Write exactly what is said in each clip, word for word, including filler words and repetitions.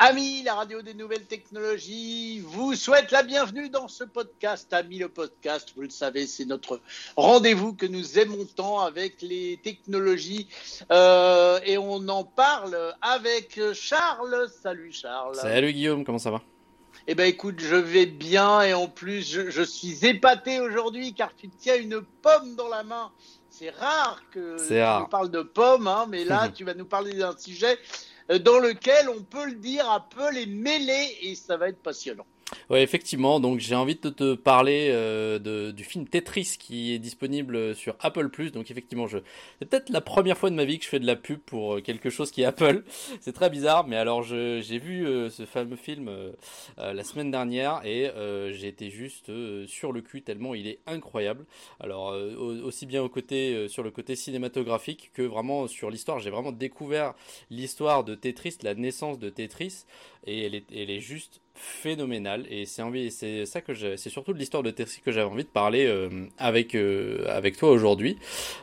Ami, la radio des nouvelles technologies, vous souhaite la bienvenue dans ce podcast. Ami, le podcast, vous le savez, c'est notre rendez-vous que nous aimons tant avec les technologies. Euh, et on en parle avec Charles. Salut Charles. Salut Guillaume, comment ça va? Eh ben écoute, je vais bien et en plus, je, je suis épaté aujourd'hui car tu tiens une pomme dans la main. C'est rare que C'est tu rare. nous parles de pommes, hein, mais là, tu vas nous parler d'un sujet dans lequel on peut le dire Apple est mêlé et ça va être passionnant. Ouais, effectivement, donc j'ai envie de te parler euh, de, du film Tetris qui est disponible sur Apple plus. Donc effectivement, je... c'est peut-être la première fois de ma vie que je fais de la pub pour quelque chose qui est Apple. C'est très bizarre, mais alors je, j'ai vu euh, ce fameux film euh, euh, la semaine dernière et euh, j'ai été juste euh, sur le cul tellement il est incroyable. Alors euh, aussi bien au côté, euh, sur le côté cinématographique que vraiment sur l'histoire. J'ai vraiment découvert l'histoire de Tetris, la naissance de Tetris et elle est, elle est juste phénoménal et c'est envie c'est ça que j'ai, c'est surtout de l'histoire de Tetris que j'avais envie de parler euh, avec euh, avec toi aujourd'hui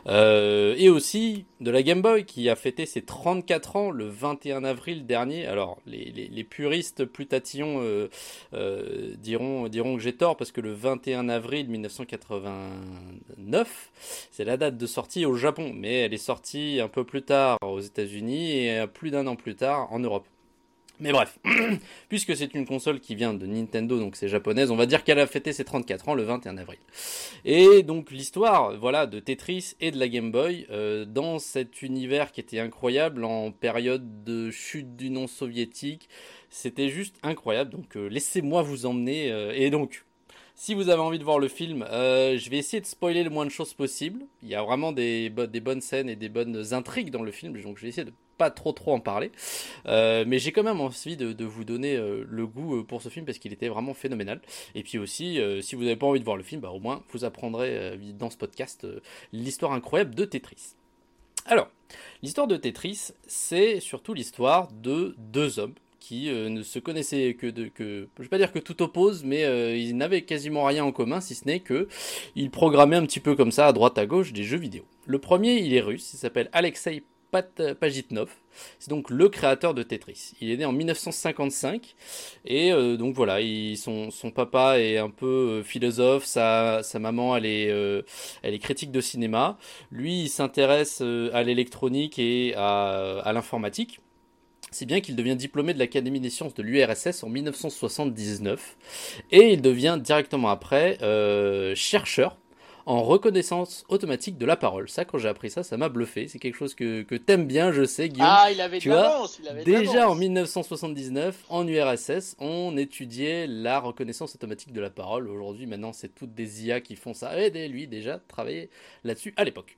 euh, et aussi de la Game Boy qui a fêté ses trente-quatre ans le vingt et un avril dernier. Alors les, les, les puristes plus tatillons euh, euh, diront diront que j'ai tort parce que le vingt et un avril mille neuf cent quatre-vingt-neuf c'est la date de sortie au Japon, mais elle est sortie un peu plus tard aux États-Unis et plus d'un an plus tard en Europe. Mais bref, puisque c'est une console qui vient de Nintendo, donc c'est japonaise, on va dire qu'elle a fêté ses trente-quatre ans le vingt et un avril. Et donc l'histoire, voilà, de Tetris et de la Game Boy, euh, dans cet univers qui était incroyable en période de chute du non soviétique, c'était juste incroyable. Donc euh, laissez-moi vous emmener. Euh, et donc, si vous avez envie de voir le film, euh, je vais essayer de spoiler le moins de choses possible. Il y a vraiment des, bo- des bonnes scènes et des bonnes intrigues dans le film, donc je vais essayer de pas trop trop en parler. Euh, mais j'ai quand même envie de, de vous donner euh, le goût euh, pour ce film parce qu'il était vraiment phénoménal. Et puis aussi, euh, si vous n'avez pas envie de voir le film, bah, au moins vous apprendrez euh, dans ce podcast euh, l'histoire incroyable de Tetris. Alors, l'histoire de Tetris, c'est surtout l'histoire de deux hommes qui euh, ne se connaissaient que de que je vais pas dire que tout oppose, mais euh, ils n'avaient quasiment rien en commun si ce n'est que ils programmaient un petit peu comme ça à droite à gauche des jeux vidéo. Le premier, il est russe, il s'appelle Alexei Pajitnov, c'est donc le créateur de Tetris. Il est né en mille neuf cent cinquante-cinq et euh, donc voilà, il, son, son papa est un peu euh, philosophe, sa, sa maman elle est, euh, elle est critique de cinéma. Lui il s'intéresse euh, à l'électronique et à, à l'informatique. C'est bien qu'il devient diplômé de l'Académie des sciences de l'U R S S en mille neuf cent soixante-dix-neuf et il devient directement après euh, chercheur en reconnaissance automatique de la parole. Ça, quand j'ai appris ça, ça m'a bluffé. C'est quelque chose que, que t'aimes bien, je sais, Guillaume. Ah, il avait Tu de vois, l'avance, il avait de déjà en l'avance. mille neuf cent soixante-dix-neuf, en U R S S, on étudiait la reconnaissance automatique de la parole. Aujourd'hui, maintenant, c'est toutes des I A qui font ça. Et lui, déjà, travaillait là-dessus à l'époque.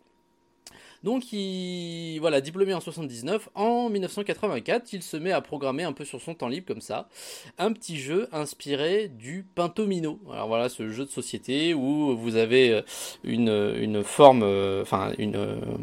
Donc, il, voilà, diplômé en soixante-dix-neuf, en mille neuf cent quatre-vingt-quatre, il se met à programmer un peu sur son temps libre comme ça, un petit jeu inspiré du Pentomino. Alors voilà, ce jeu de société où vous avez une, une forme, enfin une,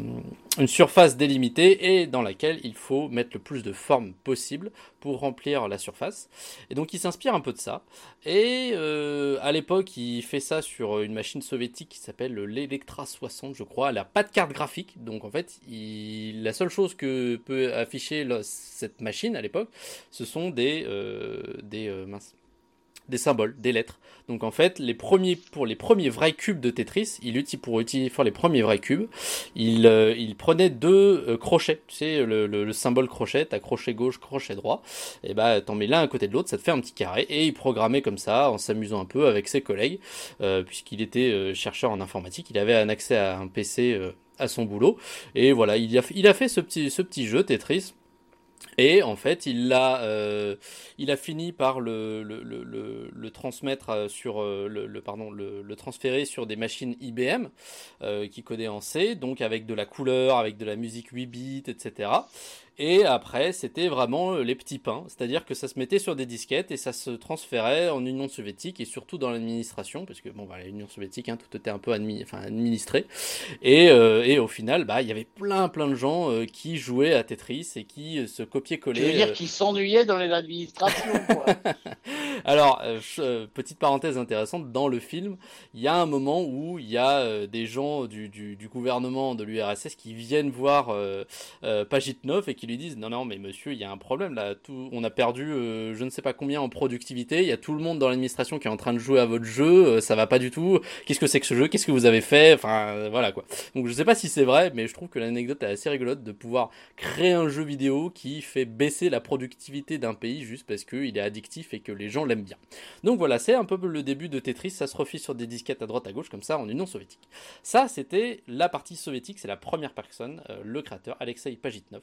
une surface délimitée et dans laquelle il faut mettre le plus de formes possible pour remplir la surface. Et donc il s'inspire un peu de ça. Et euh, à l'époque, il fait ça sur une machine soviétique qui s'appelle l'Electra soixante, je crois. Elle n'a pas de carte graphique. Donc en fait, il... la seule chose que peut afficher le... cette machine à l'époque, ce sont des, euh, des euh, mince, des symboles, des lettres. Donc en fait, les premiers, pour les premiers vrais cubes de Tetris, il utilise pour utiliser faire les premiers vrais cubes, il, euh, il prenait deux euh, crochets, tu sais le, le, le symbole crochet, t'as crochet gauche, crochet droit, et bah t'en mets l'un à côté de l'autre, ça te fait un petit carré, et il programmait comme ça, en s'amusant un peu avec ses collègues, euh, puisqu'il était euh, chercheur en informatique, il avait un accès à un P C euh, à son boulot, et voilà, il a, il a fait ce petit, ce petit jeu Tetris. Et en fait, il a, euh, il a fini par le, le, le, le, le transmettre sur le, le pardon le, le transférer sur des machines I B M euh, qui codaient en C, donc avec de la couleur, avec de la musique huit bits, et cetera. Et après, c'était vraiment les petits pains, c'est-à-dire que ça se mettait sur des disquettes et ça se transférait en Union soviétique et surtout dans l'administration, parce que bon, bah, l'Union soviétique, hein, tout était un peu admi- enfin, administré. Et, euh, et au final, bah, il y avait plein, plein de gens euh, qui jouaient à Tetris et qui euh, se copiaient-collaient. Tu veux dire euh... qu'ils s'ennuyaient dans les administrations, quoi. Alors, euh, euh, petite parenthèse intéressante, dans le film, il y a un moment où il y a euh, des gens du, du, du gouvernement de l'U R S S qui viennent voir euh, euh, Pajitnov et qui qui lui disent non non mais monsieur il y a un problème là, tout, on a perdu euh, je ne sais pas combien en productivité, il y a tout le monde dans l'administration qui est en train de jouer à votre jeu, euh, ça va pas du tout, qu'est-ce que c'est que ce jeu, qu'est-ce que vous avez fait, enfin euh, voilà quoi. Donc je sais pas si c'est vrai, mais je trouve que l'anecdote est assez rigolote de pouvoir créer un jeu vidéo qui fait baisser la productivité d'un pays juste parce qu'il est addictif et que les gens l'aiment bien. Donc voilà, c'est un peu le début de Tetris, ça se refile sur des disquettes à droite à gauche comme ça en Union soviétique. Ça c'était la partie soviétique, c'est la première personne, euh, le créateur Alexei Pajitnov.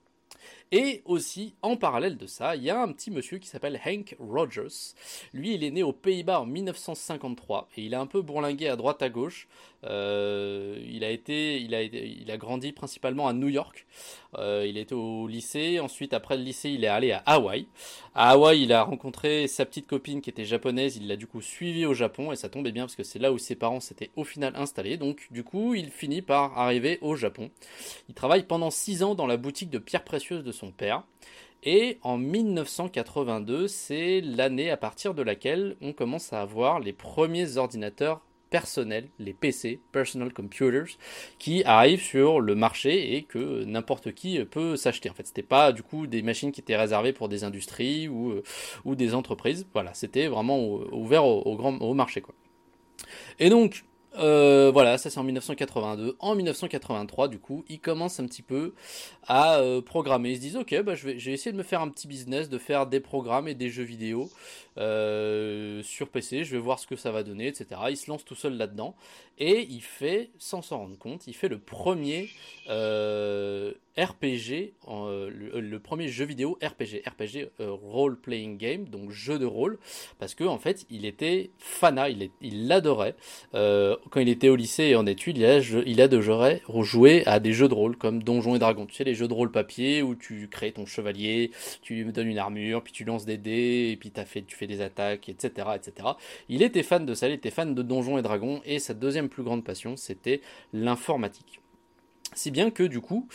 Et aussi, en parallèle de ça, il y a un petit monsieur qui s'appelle Hank Rogers. Lui, il est né aux Pays-Bas en mille neuf cent cinquante-trois et il a un peu bourlingué à droite à gauche. Euh, il a été, il a, il a grandi principalement à New York. Euh, il était au lycée. Ensuite, après le lycée, il est allé à Hawaï. À Hawaï, il a rencontré sa petite copine qui était japonaise. Il l'a du coup suivi au Japon et ça tombait bien parce que c'est là où ses parents s'étaient au final installés. Donc, du coup, il finit par arriver au Japon. Il travaille pendant six ans dans la boutique de pierres précieuses de son père. Et en mille neuf cent quatre-vingt-deux, c'est l'année à partir de laquelle on commence à avoir les premiers ordinateurs personnels, les P C, Personal Computers, qui arrivent sur le marché et que n'importe qui peut s'acheter. En fait, c'était pas du coup des machines qui étaient réservées pour des industries ou, ou des entreprises. Voilà, c'était vraiment ouvert au, au grand au marché, quoi. Et donc, euh, voilà, ça c'est en mille neuf cent quatre-vingt-deux. En mille neuf cent quatre-vingt-trois, du coup, ils commencent un petit peu à euh, programmer. Ils se disent, ok, bah, je vais, j'ai essayé de me faire un petit business, de faire des programmes et des jeux vidéo euh, sur P C. Je vais voir ce que ça va donner, et cetera. Il se lance tout seul là-dedans et il fait, sans s'en rendre compte, il fait le premier euh, R P G, euh, le, le premier jeu vidéo R P G, R P G euh, Role Playing Game, donc jeu de rôle, parce que en fait, il était fanat, il, est, il l'adorait. Euh, quand il était au lycée et en études, il, a, il adorait jouer à des jeux de rôle comme Donjons et Dragons. Tu sais, les jeux de rôle papier où tu crées ton chevalier, tu lui donnes une armure, puis tu lances des dés, et puis t'as fait, tu fais des attaques, et cetera, et cetera. Il était fan de ça, il était fan de Donjons et Dragons, et sa deuxième plus grande passion, c'était l'informatique. Si bien que du coup,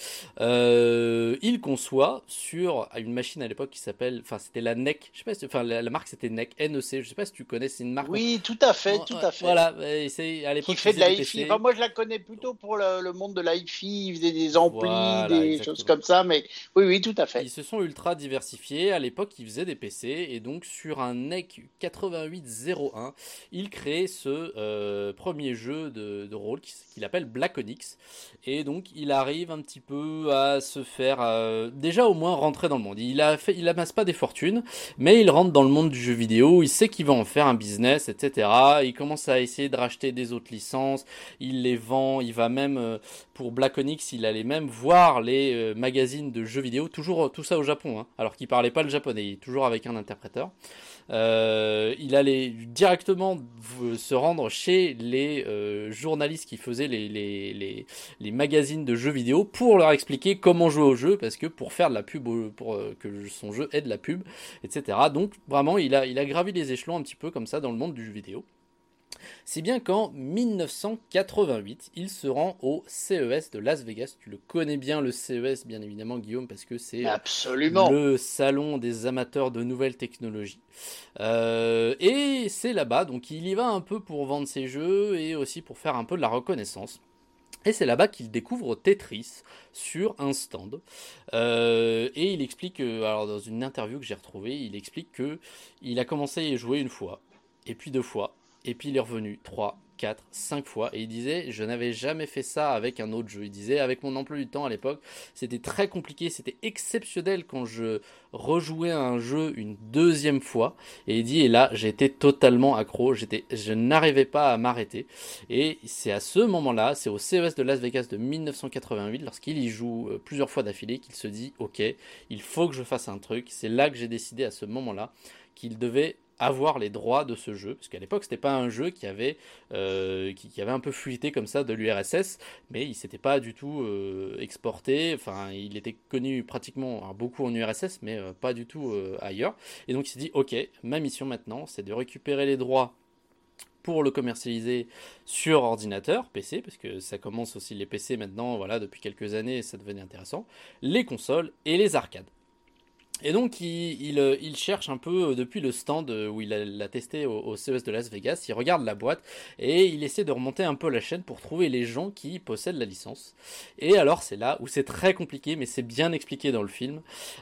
euh, il conçoit sur une machine à l'époque qui s'appelle, enfin c'était la N E C, je sais pas si, enfin la, la marque c'était N E C, N E C, je sais pas si tu connais, c'est une marque. Oui, tout à fait, tout à fait. Voilà, et c'est à l'époque qui fait de la hi-fi. P C. Enfin, moi, je la connais plutôt pour le, le monde de la hi-fi. Ils faisaient des amplis, Voilà, des exactement. choses comme ça. Mais oui, oui, tout à fait. Ils se sont ultra diversifiés. À l'époque, ils faisaient des P C. Et donc, sur un N E C quatre-vingt-huit zéro un, ils créent ce euh, premier jeu de, de rôle qu'il appelle Black Onyx. Et donc, il arrive un petit peu à se faire... Euh, déjà, au moins, rentrer dans le monde. Il, a fait, il amasse pas des fortunes, mais il rentre dans le monde du jeu vidéo. Il sait qu'il va en faire un business, et cetera. Il commence à essayer de racheter des autres licences. Il les vend. Il va même... Euh, pour Black Onyx, il allait même voir les euh, magazines de jeux vidéo, toujours tout ça au Japon, hein, alors qu'il parlait pas le japonais, toujours avec un interpréteur. Euh, il allait directement se rendre chez les euh, journalistes qui faisaient les, les, les, les magazines de jeux vidéo pour leur expliquer comment jouer au jeu, parce que pour faire de la pub, pour euh, que son jeu ait de la pub, et cetera. Donc vraiment, il a, il a gravi les échelons un petit peu comme ça dans le monde du jeu vidéo. Si bien qu'en mille neuf cent quatre-vingt-huit, il se rend au C E S de Las Vegas. Tu le connais bien, le C E S, bien évidemment, Guillaume, parce que c'est Absolument. le salon des amateurs de nouvelles technologies. Euh, et c'est là-bas, donc il y va un peu pour vendre ses jeux et aussi pour faire un peu de la reconnaissance. Et c'est là-bas qu'il découvre Tetris sur un stand. Euh, et il explique, alors dans une interview que j'ai retrouvée, il explique que il a commencé à y jouer une fois, et puis deux fois, et puis il est revenu trois, quatre, cinq fois. Et il disait, je n'avais jamais fait ça avec un autre jeu. Il disait, avec mon emploi du temps à l'époque, c'était très compliqué, c'était exceptionnel quand je rejouais à un jeu une deuxième fois. Et il dit, et là, j'étais totalement accro, j'étais, je n'arrivais pas à m'arrêter. Et c'est à ce moment-là, c'est au C E S de Las Vegas de mille neuf cent quatre-vingt-huit, lorsqu'il y joue plusieurs fois d'affilée, qu'il se dit, ok, il faut que je fasse un truc. C'est là que j'ai décidé à ce moment-là qu'il devait avoir les droits de ce jeu, parce qu'à l'époque c'était pas un jeu qui avait euh, qui, qui avait un peu fuité comme ça de l'U R S S, mais il s'était pas du tout euh, exporté, enfin il était connu pratiquement alors, beaucoup en U R S S, mais euh, pas du tout euh, ailleurs, et donc il s'est dit ok, ma mission maintenant c'est de récupérer les droits pour le commercialiser sur ordinateur, P C, parce que ça commence aussi les P C maintenant, voilà, depuis quelques années ça devenait intéressant, les consoles et les arcades. Et donc, il, il, euh, il cherche un peu euh, depuis le stand euh, où il a- l'a testé au, au C E S de Las Vegas. Il regarde la boîte et il essaie de remonter un peu la chaîne pour trouver les gens qui possèdent la licence. Et alors, c'est là où c'est très compliqué, mais c'est bien expliqué dans le film.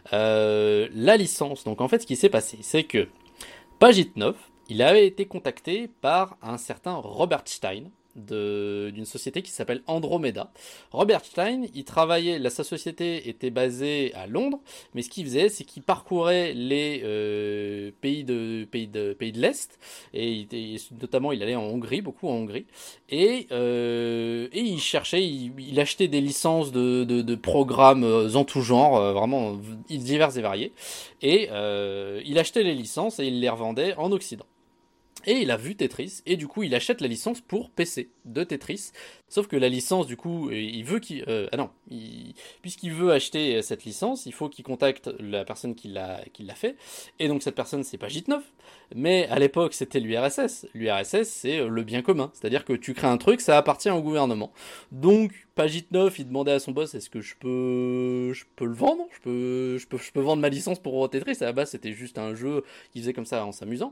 Euh, la licence, donc en fait, ce qui s'est passé, c'est que Pajitnov, il avait été contacté par un certain Robert Stein de- d'une société qui s'appelle Andromeda. Robert Stein, il travaillait, la, sa société était basée à Londres, mais ce qu'il faisait, c'est qu'il parcourait les euh, pays de pays de pays de l'Est, et, il était- notamment il allait en Hongrie, beaucoup en Hongrie, et, euh, et il cherchait, il, il achetait des licences de, de, de programmes euh, en tout genre, euh, vraiment divers et variés, et euh, il achetait les licences et il les revendait en Occident. Et il a vu Tetris, et du coup il achète la licence pour P C de Tetris. Sauf que la licence, du coup, euh, il veut qu'il... Euh, ah non, il- puisqu'il veut acheter cette licence, il faut qu'il contacte la personne qui l'a, qui l'a fait. Et donc cette personne, c'est pas Jitnov, mais à l'époque c'était l'U R S S. L'U R S S, c'est le bien commun. C'est-à-dire que tu crées un truc, ça appartient au gouvernement. Donc, Pajitnov, il demandait à son boss, est-ce que je peux, je peux le vendre je peux, je peux, je peux vendre ma licence pour Tetris. À la base, c'était juste un jeu qu'il faisait comme ça en s'amusant.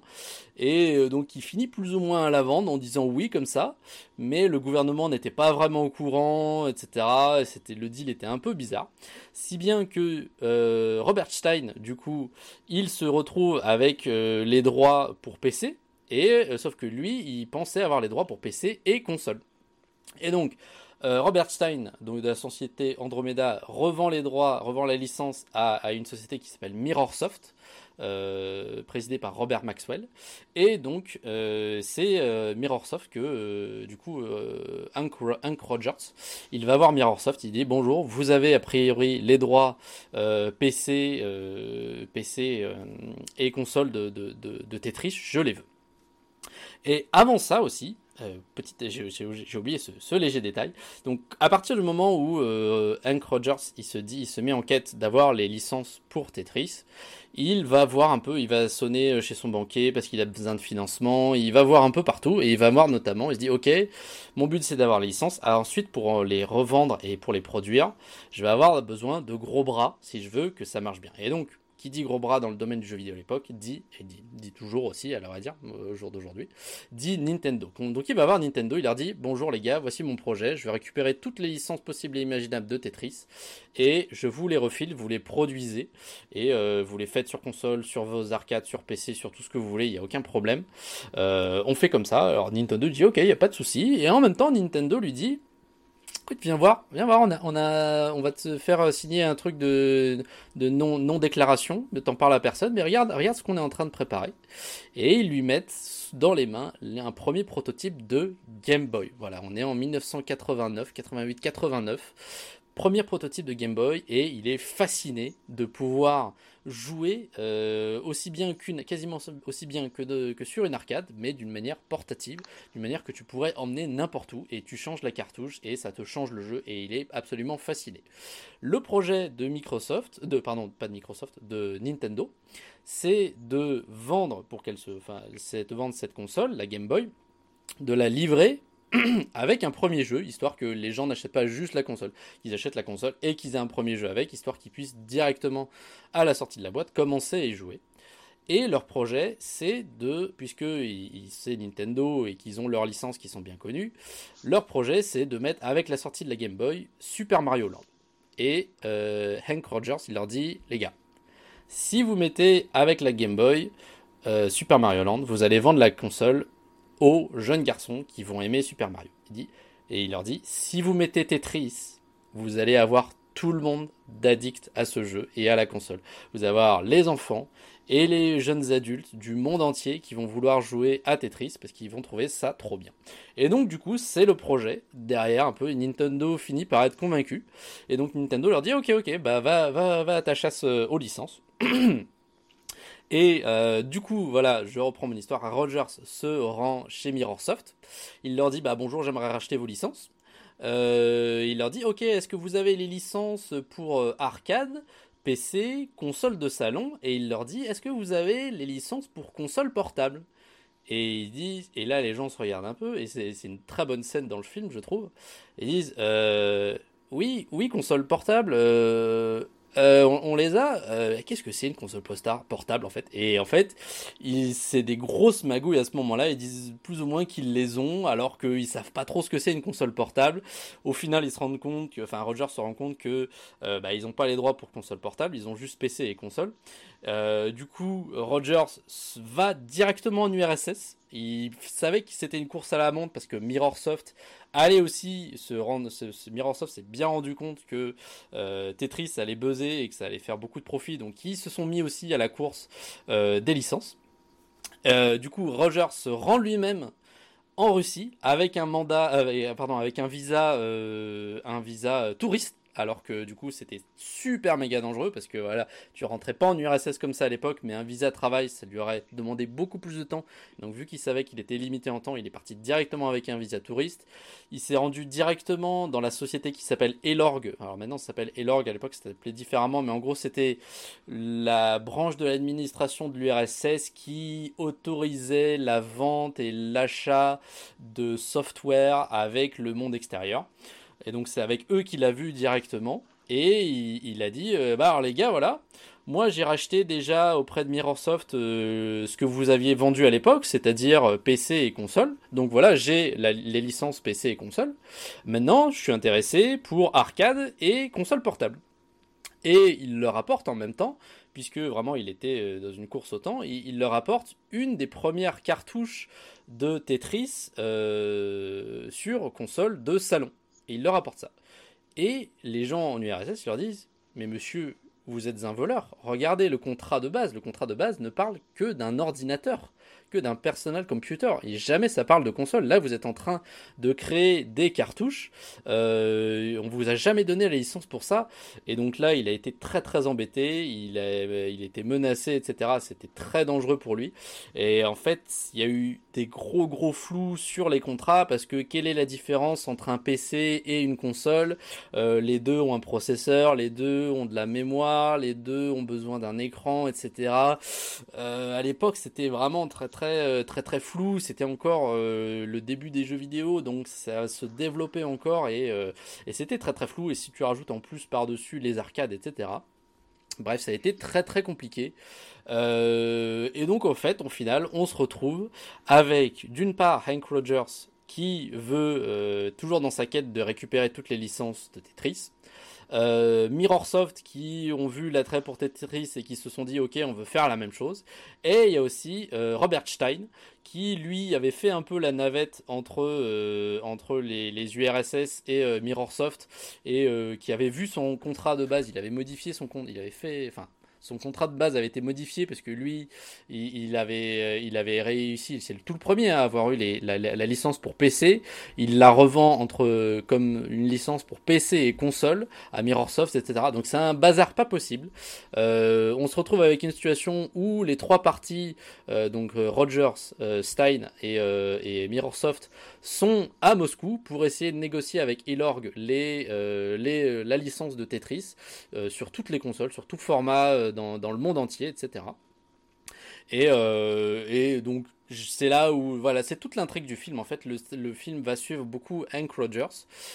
Et euh, donc il finit plus ou moins à la vendre en disant oui comme ça, mais le gouvernement n'était pas vraiment au courant, et cetera. Et c'était, le deal était un peu bizarre. Si bien que euh, Robert Stein, du coup, il se retrouve avec euh, les droits pour P C, et euh, sauf que lui, il pensait avoir les droits pour P C et console. Et donc, euh, Robert Stein, donc de la société Andromeda, revend les droits, revend la licence à, à une société qui s'appelle Mirrorsoft, euh, présidée par Robert Maxwell. Et donc, euh, c'est euh, Mirrorsoft que, euh, du coup, euh, Hank, Hank Rogers, il va voir Mirrorsoft, il dit bonjour, vous avez a priori les droits euh, P C, euh, P C euh, et console de, de, de, de Tetris, je les veux. Et avant ça aussi, euh, petite, j'ai, j'ai- j'ai oublié ce, ce léger détail. Donc, à partir du moment où euh, Hank Rogers, il se dit, il se met en quête d'avoir les licences pour Tetris, il va voir un peu, il va sonner chez son banquier parce qu'il a besoin de financement. Il va voir un peu partout et il va voir notamment, il se dit, ok, mon but c'est d'avoir les licences. Alors ensuite, pour les revendre et pour les produire, je vais avoir besoin de gros bras si je veux que ça marche bien. Et donc, qui dit gros bras dans le domaine du jeu vidéo à l'époque, dit, et dit, dit toujours aussi, alors à dire, au jour d'aujourd'hui, dit Nintendo. Donc il va voir Nintendo, il leur dit bonjour les gars, voici mon projet, je vais récupérer toutes les licences possibles et imaginables de Tetris et je vous les refile, vous les produisez et euh, vous les faites sur console, sur vos arcades, sur P C, sur tout ce que vous voulez, il n'y a aucun problème. Euh, on fait comme ça. Alors Nintendo dit ok, il n'y a pas de souci et en même temps Nintendo lui dit écoute, viens voir, viens voir, on a, on a, on va te faire signer un truc de, de non, non déclaration, ne t'en parle à personne, mais regarde, regarde ce qu'on est en train de préparer. Et ils lui mettent dans les mains un premier prototype de Game Boy. Voilà, on est en mille neuf cent quatre-vingt-neuf, quatre-vingt-huit, quatre-vingt-neuf. Premier prototype de Game Boy et il est fasciné de pouvoir jouer euh, aussi bien qu'une, quasiment aussi bien que, de, que sur une arcade, mais d'une manière portative, d'une manière que tu pourrais emmener n'importe où et tu changes la cartouche et ça te change le jeu et il est absolument fasciné. Le projet de Microsoft, de pardon, pas de Microsoft, de Nintendo, c'est de vendre pour qu'elle se, enfin, c'est de vendre cette console, la Game Boy, de la livrer avec un premier jeu, histoire que les gens n'achètent pas juste la console, qu'ils achètent la console et qu'ils aient un premier jeu avec, histoire qu'ils puissent directement, à la sortie de la boîte, commencer à y jouer. Et leur projet, c'est de, puisque c'est Nintendo et qu'ils ont leurs licences qui sont bien connues, leur projet, c'est de mettre, avec la sortie de la Game Boy, Super Mario Land. Et euh, Hank Rogers, il leur dit, les gars, si vous mettez avec la Game Boy euh, Super Mario Land, vous allez vendre la console aux jeunes garçons qui vont aimer Super Mario. Il dit, et il leur dit, si vous mettez Tetris, vous allez avoir tout le monde d'addict à ce jeu et à la console. Vous allez avoir les enfants et les jeunes adultes du monde entier qui vont vouloir jouer à Tetris parce qu'ils vont trouver ça trop bien. Et donc du coup, c'est le projet derrière un peu. Et Nintendo finit par être convaincu. Et donc Nintendo leur dit, ok, ok, bah va, va, va à ta chasse aux licences. Et euh, du coup, voilà, je reprends mon histoire. Rogers se rend chez Mirrorsoft. Il leur dit, bah bonjour, j'aimerais racheter vos licences. Euh, il leur dit, ok, est-ce que vous avez les licences pour euh, arcade, P C, console de salon? Et il leur dit, est-ce que vous avez les licences pour console portable? Et ils disent, et là les gens se regardent un peu, et c'est, c'est une très bonne scène dans le film, je trouve. Ils disent, euh, oui, oui, console portable. Euh, euh, on, on les a. Euh, qu'est-ce que c'est une console postar- portable en fait? Et en fait, ils, c'est des grosses magouilles à ce moment-là. Ils disent plus ou moins qu'ils les ont, alors qu'ils savent pas trop ce que c'est une console portable. Au final, ils se rendent compte que, enfin, Roger se rend compte que euh, bah, ils ont pas les droits pour console portable. Ils ont juste P C et console. Euh, du coup, Rogers va directement en U R S S. Il savait que c'était une course à la montre parce que Mirrorsoft allait aussi se rendre. Ce, ce Mirrorsoft s'est bien rendu compte que euh, Tetris allait buzzer et que ça allait faire beaucoup de profit. Donc ils se sont mis aussi à la course euh, des licences. Euh, du coup, Rogers se rend lui-même en Russie avec un mandat, euh, pardon, avec un visa, euh, un visa euh, touriste. Alors que du coup c'était super méga dangereux parce que voilà, tu rentrais pas en U R S S comme ça à l'époque, mais un visa travail ça lui aurait demandé beaucoup plus de temps. Donc vu qu'il savait qu'il était limité en temps, il est parti directement avec un visa touriste. Il s'est rendu directement dans la société qui s'appelle Elorg. Alors maintenant ça s'appelle Elorg, à l'époque ça s'appelait différemment, mais en gros c'était la branche de l'administration de l'U R S S qui autorisait la vente et l'achat de software avec le monde extérieur. Et donc c'est avec eux qu'il a vu directement. Et il, il a dit, euh, bah alors les gars, voilà, moi j'ai racheté déjà auprès de Mirrorsoft euh, ce que vous aviez vendu à l'époque, c'est-à-dire euh, P C et console. Donc voilà, j'ai la- les licences P C et console. Maintenant, je suis intéressé pour arcade et console portable. Et il leur apporte en même temps, puisque vraiment il était euh, dans une course au temps, il, il leur apporte une des premières cartouches de Tetris euh, sur console de salon. Et il leur apporte ça. Et les gens en U R S S leur disent, mais monsieur, vous êtes un voleur. Regardez le contrat de base. Le contrat de base ne parle que d'un ordinateur, que d'un personal computer. Et jamais ça parle de console. Là, vous êtes en train de créer des cartouches. Euh, on vous a jamais donné la licence pour ça. Et donc là, il a été très très embêté. Il a, il était menacé, et cetera. C'était très dangereux pour lui. Et en fait, il y a eu des gros gros flous sur les contrats parce que quelle est la différence entre un P C et une console? Euh, les deux ont un processeur, les deux ont de la mémoire, les deux ont besoin d'un écran, et cetera. Euh, à l'époque, c'était vraiment très très euh, très très flou. C'était encore euh, le début des jeux vidéo, donc ça se développait encore et, euh, et c'était très très flou. Et si tu rajoutes en plus par-dessus les arcades, et cetera. Bref, ça a été très très compliqué. Euh, et donc, au fait, au final, on se retrouve avec, d'une part, Hank Rogers qui veut, euh, toujours dans sa quête de récupérer toutes les licences de Tetris. Euh, Mirrorsoft qui ont vu l'attrait pour Tetris et qui se sont dit ok on veut faire la même chose. Et il y a aussi euh, Robert Stein qui lui avait fait un peu la navette entre, euh, entre les, les U R S S et euh, Mirrorsoft et euh, qui avait vu son contrat de base, il avait modifié son compte, il avait fait, enfin son contrat de base avait été modifié parce que lui, il, il avait, il avait réussi, c'est le, tout le premier à avoir eu les, la, la, la licence pour P C. Il la revend entre, comme une licence pour P C et console à Mirrorsoft, et cetera. Donc c'est un bazar pas possible. Euh, on se retrouve avec une situation où les trois parties, euh, donc Rogers, euh, Stein et, euh, et Mirrorsoft, sont à Moscou pour essayer de négocier avec Elorg les, euh, les, la licence de Tetris euh, sur toutes les consoles, sur tout format euh, dans, dans le monde entier, et cetera. Et, euh, et donc c'est là où voilà, c'est toute l'intrigue du film en fait. Le, le film va suivre beaucoup Hank Rogers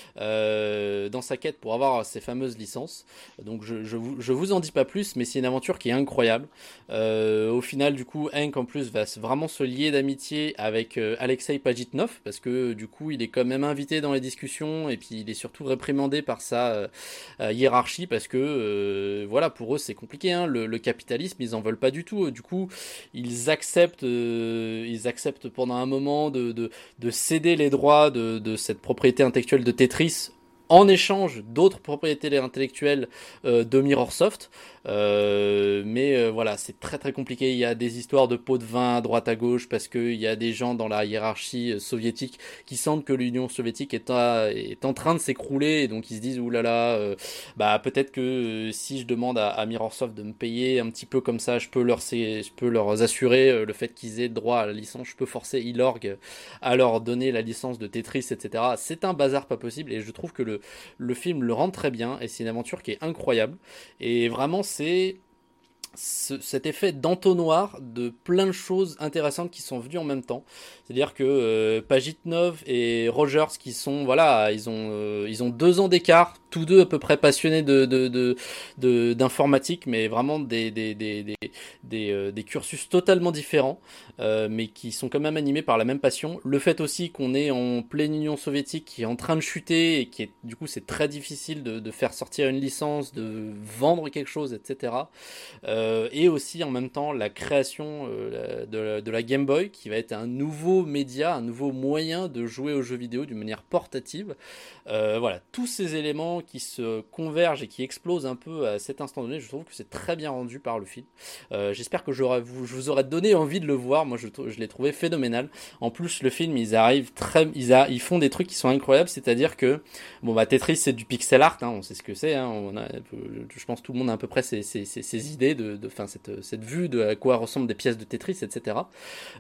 euh, dans sa quête pour avoir ces fameuses licences. Donc je, je, vous, je vous en dis pas plus, mais c'est une aventure qui est incroyable. Euh, au final, du coup, Hank en plus va vraiment se lier d'amitié avec euh, Alexei Pajitnov parce que du coup, il est quand même invité dans les discussions et puis il est surtout réprimandé par sa euh, hiérarchie parce que euh, voilà, pour eux c'est compliqué. Hein, le, le capitalisme, ils en veulent pas du tout. Du coup, ils acceptent. Euh, ils acceptent pendant un moment de, de, de céder les droits de, de cette propriété intellectuelle de Tetris en échange d'autres propriétés intellectuelles euh, de Mirrorsoft. Euh, mais euh, voilà, c'est très très compliqué. Il y a des histoires de pots de vin à droite à gauche parce qu'il y a des gens dans la hiérarchie soviétique qui sentent que l'Union soviétique est, à, est en train de s'écrouler et donc ils se disent oulala, euh, bah peut-être que euh, si je demande à, à Mirrorsoft de me payer un petit peu comme ça, je peux leur, je peux leur assurer euh, le fait qu'ils aient droit à la licence, je peux forcer Elorg à leur donner la licence de Tetris, et cetera. C'est un bazar pas possible et je trouve que le, le film le rend très bien et c'est une aventure qui est incroyable et vraiment c'est ce, cet effet d'entonnoir de plein de choses intéressantes qui sont venues en même temps. C'est-à-dire que euh, Pajitnov et Rogers qui sont voilà, ils ont euh, ils ont deux ans d'écart tous deux à peu près passionnés de, de, de, de- d'informatique, mais vraiment des, des, des, des, des, euh, des cursus totalement différents, euh, mais qui sont quand même animés par la même passion. Le fait aussi qu'on est en pleine Union soviétique qui est en train de chuter et qui est, du coup, c'est très difficile de, de faire sortir une licence, de vendre quelque chose, et cetera. Euh, et aussi en même temps la création euh, de, la, de la Game Boy qui va être un nouveau média, un nouveau moyen de jouer aux jeux vidéo d'une manière portative. Euh, voilà, tous ces éléments qui se convergent et qui explosent un peu à cet instant donné, je trouve que c'est très bien rendu par le film. Euh, j'espère que j'aurais, vous, je vous aurais donné envie de le voir. Moi, je, je l'ai trouvé phénoménal. En plus, le film, ils arrivent très, ils, a, ils font des trucs qui sont incroyables. C'est-à-dire que, bon, bah, Tetris, c'est du pixel art. Hein, on sait ce que c'est. Hein, on a, je pense que tout le monde a à peu près ses, ses, ses, ses idées de, de, fin, cette, cette vue de à quoi ressemblent des pièces de Tetris, et cetera.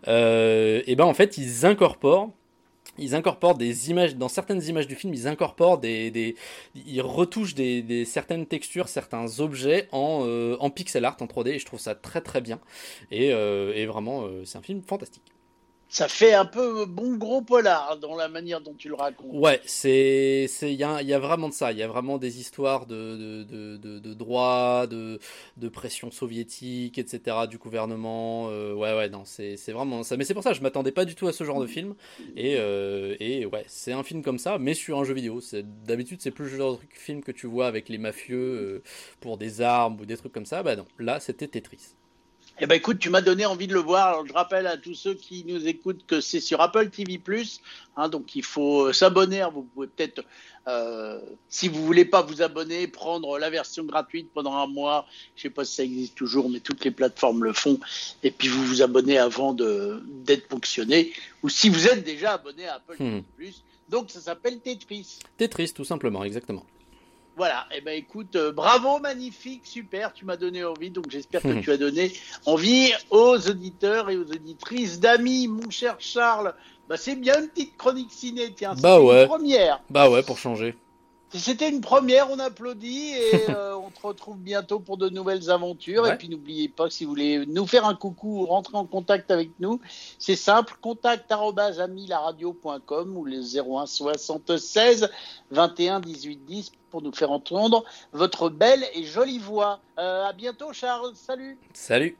Euh, et ben, en fait, ils incorporent ils incorporent des images, dans certaines images du film, ils incorporent des, des ils retouchent des, des certaines textures, certains objets en, euh, en pixel art, en trois D, et je trouve ça très très bien. Et, euh, et vraiment, euh, c'est un film fantastique. Ça fait un peu bon gros polar dans la manière dont tu le racontes. Ouais, c'est, c'est, il y a, il y a vraiment de ça. Il y a vraiment des histoires de, de, de, de, de droit, de, de pression soviétique, et cetera, du gouvernement. Euh, ouais, ouais, non, c'est, c'est vraiment ça. Mais c'est pour ça, je m'attendais pas du tout à ce genre de film. Et, euh, et ouais, c'est un film comme ça, mais sur un jeu vidéo. C'est, d'habitude, c'est plus le genre de truc- film que tu vois avec les mafieux euh, pour des armes ou des trucs comme ça. Bah non, là, c'était Tetris. Eh ben écoute, tu m'as donné envie de le voir. Alors, je rappelle à tous ceux qui nous écoutent que c'est sur Apple T V plus, hein, donc il faut s'abonner. Vous pouvez peut-être, euh, si vous voulez pas vous abonner, prendre la version gratuite pendant un mois. Je sais pas si ça existe toujours, mais toutes les plateformes le font. Et puis vous vous abonnez avant de, d'être ponctionné. Ou si vous êtes déjà abonné à Apple Hmm. T V plus. Donc ça s'appelle Tetris. Tetris, tout simplement, exactement. Voilà, eh ben écoute, euh, bravo, magnifique, super, tu m'as donné envie, donc j'espère que tu as donné envie aux auditeurs et aux auditrices d'amis, mon cher Charles. Bah c'est bien une petite chronique ciné, tiens, Bah c'était ouais. une première. Bah ouais, pour changer. C'était une première, on applaudit et euh, on te retrouve bientôt pour de nouvelles aventures. Ouais. Et puis n'oubliez pas que si vous voulez nous faire un coucou ou rentrer en contact avec nous, c'est simple, contact arobase amilaradio point com ou le zéro un soixante-seize vingt et un dix-huit dix pour nous faire entendre votre belle et jolie voix. Euh, à bientôt Charles, salut. Salut.